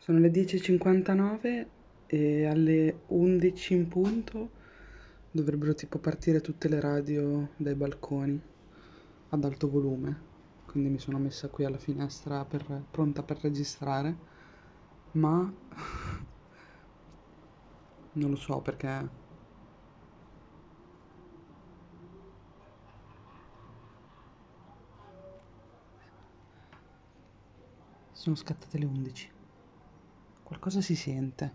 Sono le 10:59 e alle 11 in punto dovrebbero tipo partire tutte le radio dai balconi ad alto volume. Quindi mi sono messa qui alla finestra pronta per registrare, ma non lo so perché sono scattate le 11. Qualcosa si sente.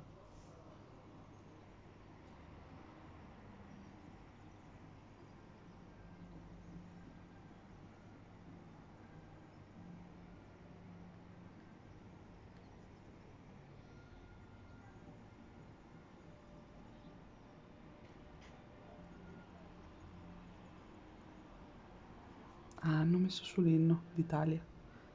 Ah, hanno messo sull'inno d'Italia.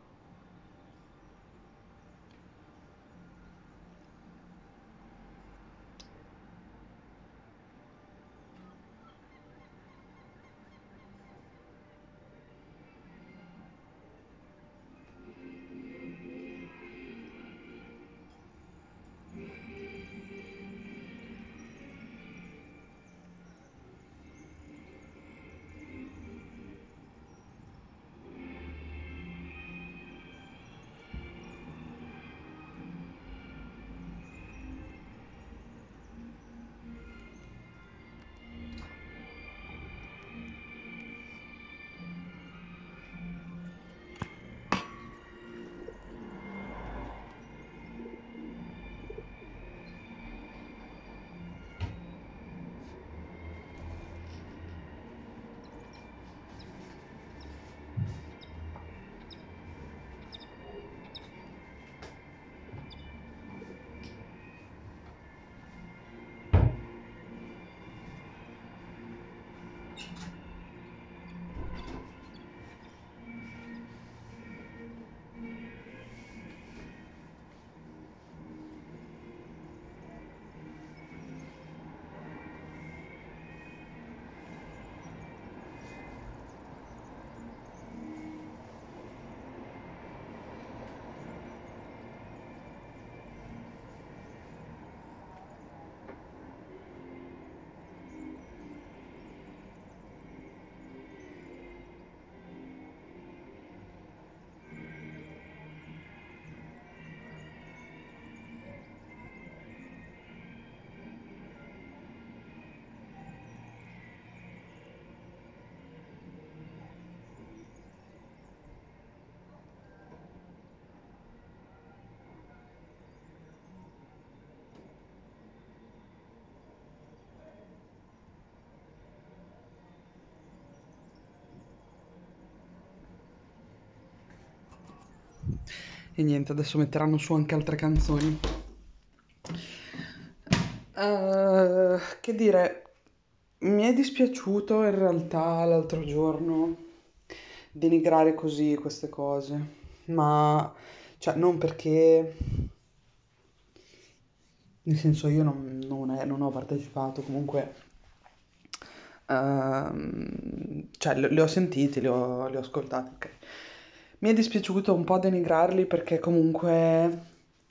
E niente, adesso metteranno su anche altre canzoni. Che dire, mi è dispiaciuto in realtà l'altro giorno denigrare così queste cose, ma cioè non perché, nel senso io non ho partecipato, comunque, cioè li ho sentiti, li ho ascoltati, ok. Mi è dispiaciuto un po' denigrarli perché comunque,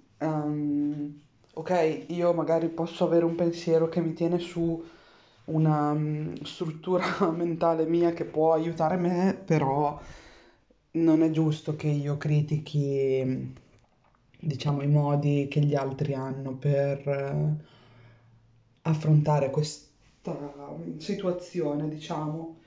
ok, io magari posso avere un pensiero che mi tiene su una struttura mentale mia che può aiutare me, però non è giusto che io critichi, diciamo, i modi che gli altri hanno per affrontare questa situazione, diciamo.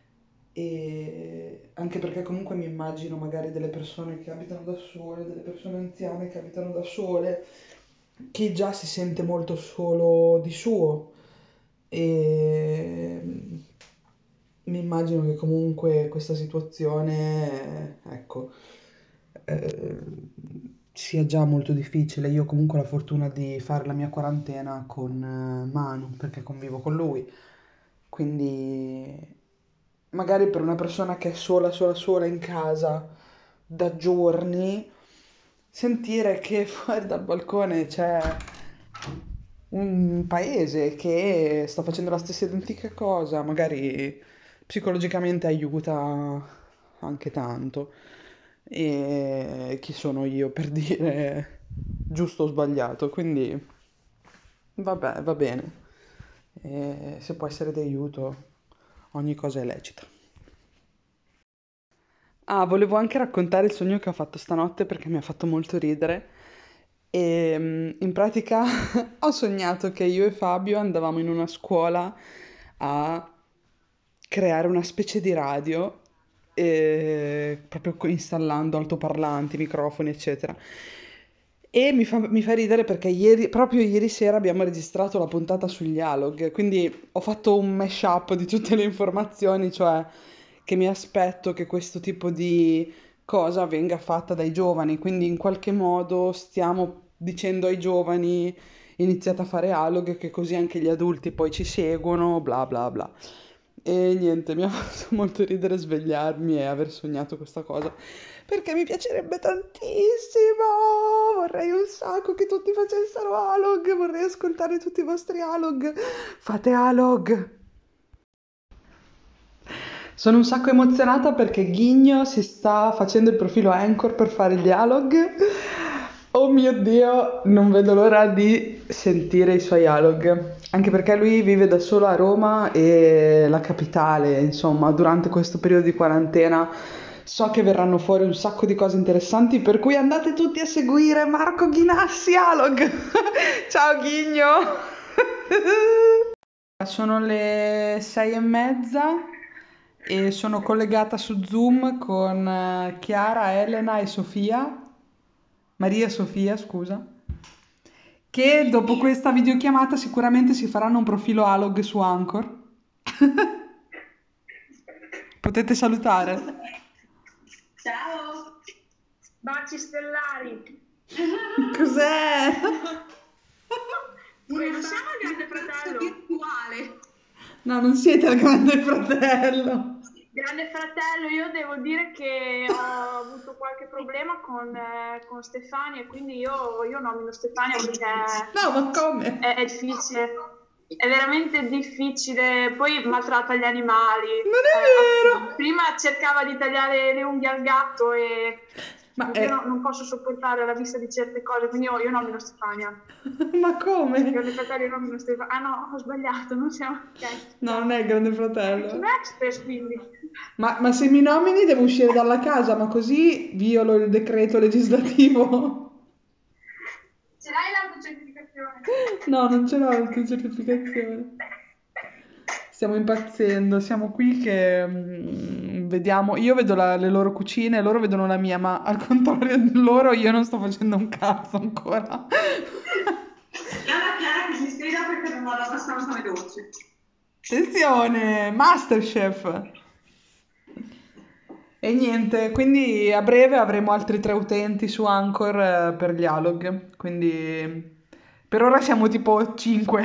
E anche perché comunque mi immagino magari delle persone che abitano da sole, delle persone anziane che abitano da sole, chi già si sente molto solo di suo. E mi immagino che comunque questa situazione, ecco, eh, sia già molto difficile. Io comunque ho la fortuna di fare la mia quarantena con Manu, perché convivo con lui. Quindi magari per una persona che è sola, sola, sola in casa da giorni, sentire che fuori dal balcone c'è un paese che sta facendo la stessa identica cosa, magari psicologicamente aiuta anche tanto. E chi sono io per dire giusto o sbagliato, quindi vabbè, va bene. Se può essere d'aiuto, ogni cosa è lecita. Ah, volevo anche raccontare il sogno che ho fatto stanotte perché mi ha fatto molto ridere. In pratica ho sognato che io e Fabio andavamo in una scuola a creare una specie di radio, proprio installando altoparlanti, microfoni, eccetera. E mi fa ridere perché proprio ieri sera abbiamo registrato la puntata sugli Alog, quindi ho fatto un mashup di tutte le informazioni, cioè che mi aspetto che questo tipo di cosa venga fatta dai giovani, quindi in qualche modo stiamo dicendo ai giovani iniziate a fare Alog, che così anche gli adulti poi ci seguono, bla bla bla. E niente, mi ha fatto molto ridere svegliarmi e aver sognato questa cosa, perché mi piacerebbe tantissimo, vorrei un sacco che tutti facessero Alog, vorrei ascoltare tutti i vostri Alog, fate Alog! Sono un sacco emozionata perché Ghigno si sta facendo il profilo Anchor per fare il dialog. Oh mio Dio, non vedo l'ora di sentire i suoi dialog. Anche perché lui vive da solo a Roma e la capitale, insomma, durante questo periodo di quarantena so che verranno fuori un sacco di cose interessanti, per cui andate tutti a seguire Marco Ghinassi Dialog. Ciao Ghigno! Sono le 6:30 e sono collegata su Zoom con Chiara, Elena e Sofia, Maria e Sofia, scusa, che dopo questa videochiamata sicuramente si faranno un profilo Alog su Anchor. Potete salutare. Ciao! Baci stellari! Cos'è? Non siamo il Grande Fratello? virtuale. No, non siete il Grande Fratello. Grande Fratello, io devo dire che ho avuto qualche problema con Stefania, quindi io nomino Stefania perché No, ma come? è difficile, è veramente difficile, poi maltratta gli animali. Non è vero! Prima cercava di tagliare le unghie al gatto e Ma io non posso sopportare la vista di certe cose, quindi io nomino Stefania. Ma come? Grande Fratello, io nomino Stefania. Ah no, ho sbagliato, non siamo... Ok. No, non è il Grande È Fratello. Team Express, quindi. Ma se mi nomini devo uscire dalla casa, ma così violo il decreto legislativo. Ce l'hai l'autocertificazione? No, non ce l'ho l'autocertificazione. Stiamo impazzendo, siamo qui che vediamo, io vedo le loro cucine, loro vedono la mia, ma al contrario di loro io non sto facendo un cazzo ancora. Chiara che si spiega perché non vado abbastanza veloce. Attenzione, Masterchef! E niente, quindi a breve avremo altri 3 utenti su Anchor per gli Alog, quindi per ora siamo tipo 5,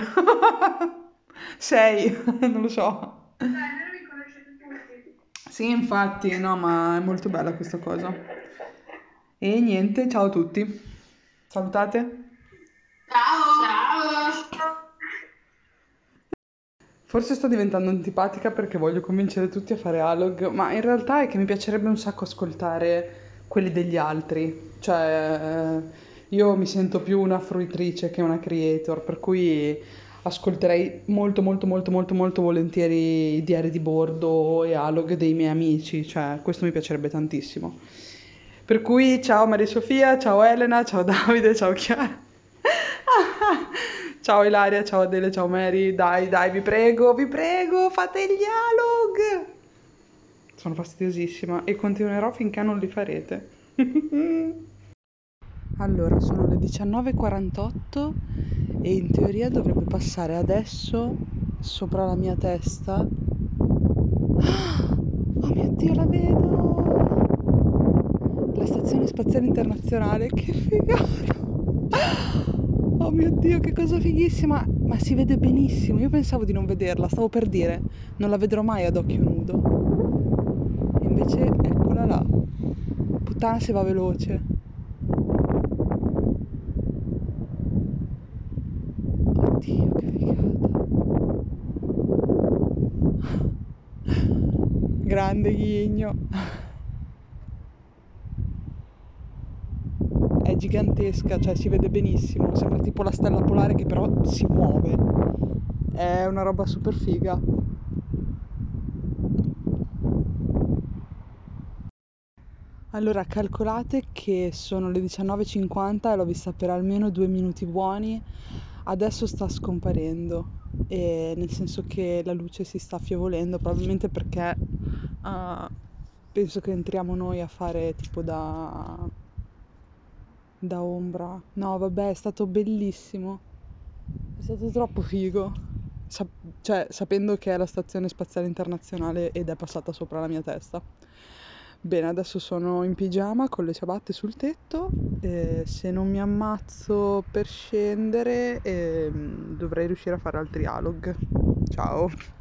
6, non lo so. Dai, almeno vi conoscete tutti. Sì, infatti, no, ma è molto bella questa cosa. E niente, ciao a tutti. Salutate. Ciao! Forse sto diventando antipatica perché voglio convincere tutti a fare Alog, ma in realtà è che mi piacerebbe un sacco ascoltare quelli degli altri. Cioè, io mi sento più una fruitrice che una creator, per cui ascolterei molto molto molto molto molto volentieri i diari di bordo e Alog dei miei amici, cioè questo mi piacerebbe tantissimo. Per cui ciao Maria Sofia, ciao Elena, ciao Davide, ciao Chiara. Ciao Ilaria, ciao Adele, ciao Mary. Dai, dai, vi prego, fate gli Alog. Sono fastidiosissima e continuerò finché non li farete. Allora, sono le 19:48 e in teoria dovrebbe passare adesso sopra la mia testa. Oh mio Dio, la vedo! La Stazione Spaziale Internazionale, che figata! Oh mio Dio, che cosa fighissima! Ma si vede benissimo, io pensavo di non vederla, stavo per dire, non la vedrò mai ad occhio nudo. E invece eccola là. Puttana se va veloce. Oddio, che figata. Grande Ghigno. È è gigantesca, cioè si vede benissimo, sembra tipo la stella polare che però si muove. È una roba super figa. Allora, calcolate che sono le 19:50 e l'ho vista per almeno 2 minuti buoni. Adesso sta scomparendo, nel senso che la luce si sta affievolendo, probabilmente perché penso che entriamo noi a fare tipo da ombra. No, vabbè, è stato bellissimo. È stato troppo figo. Cioè, sapendo che è la Stazione Spaziale Internazionale ed è passata sopra la mia testa. Bene, adesso sono in pigiama con le ciabatte sul tetto. Se non mi ammazzo per scendere, dovrei riuscire a fare altri alog. Ciao.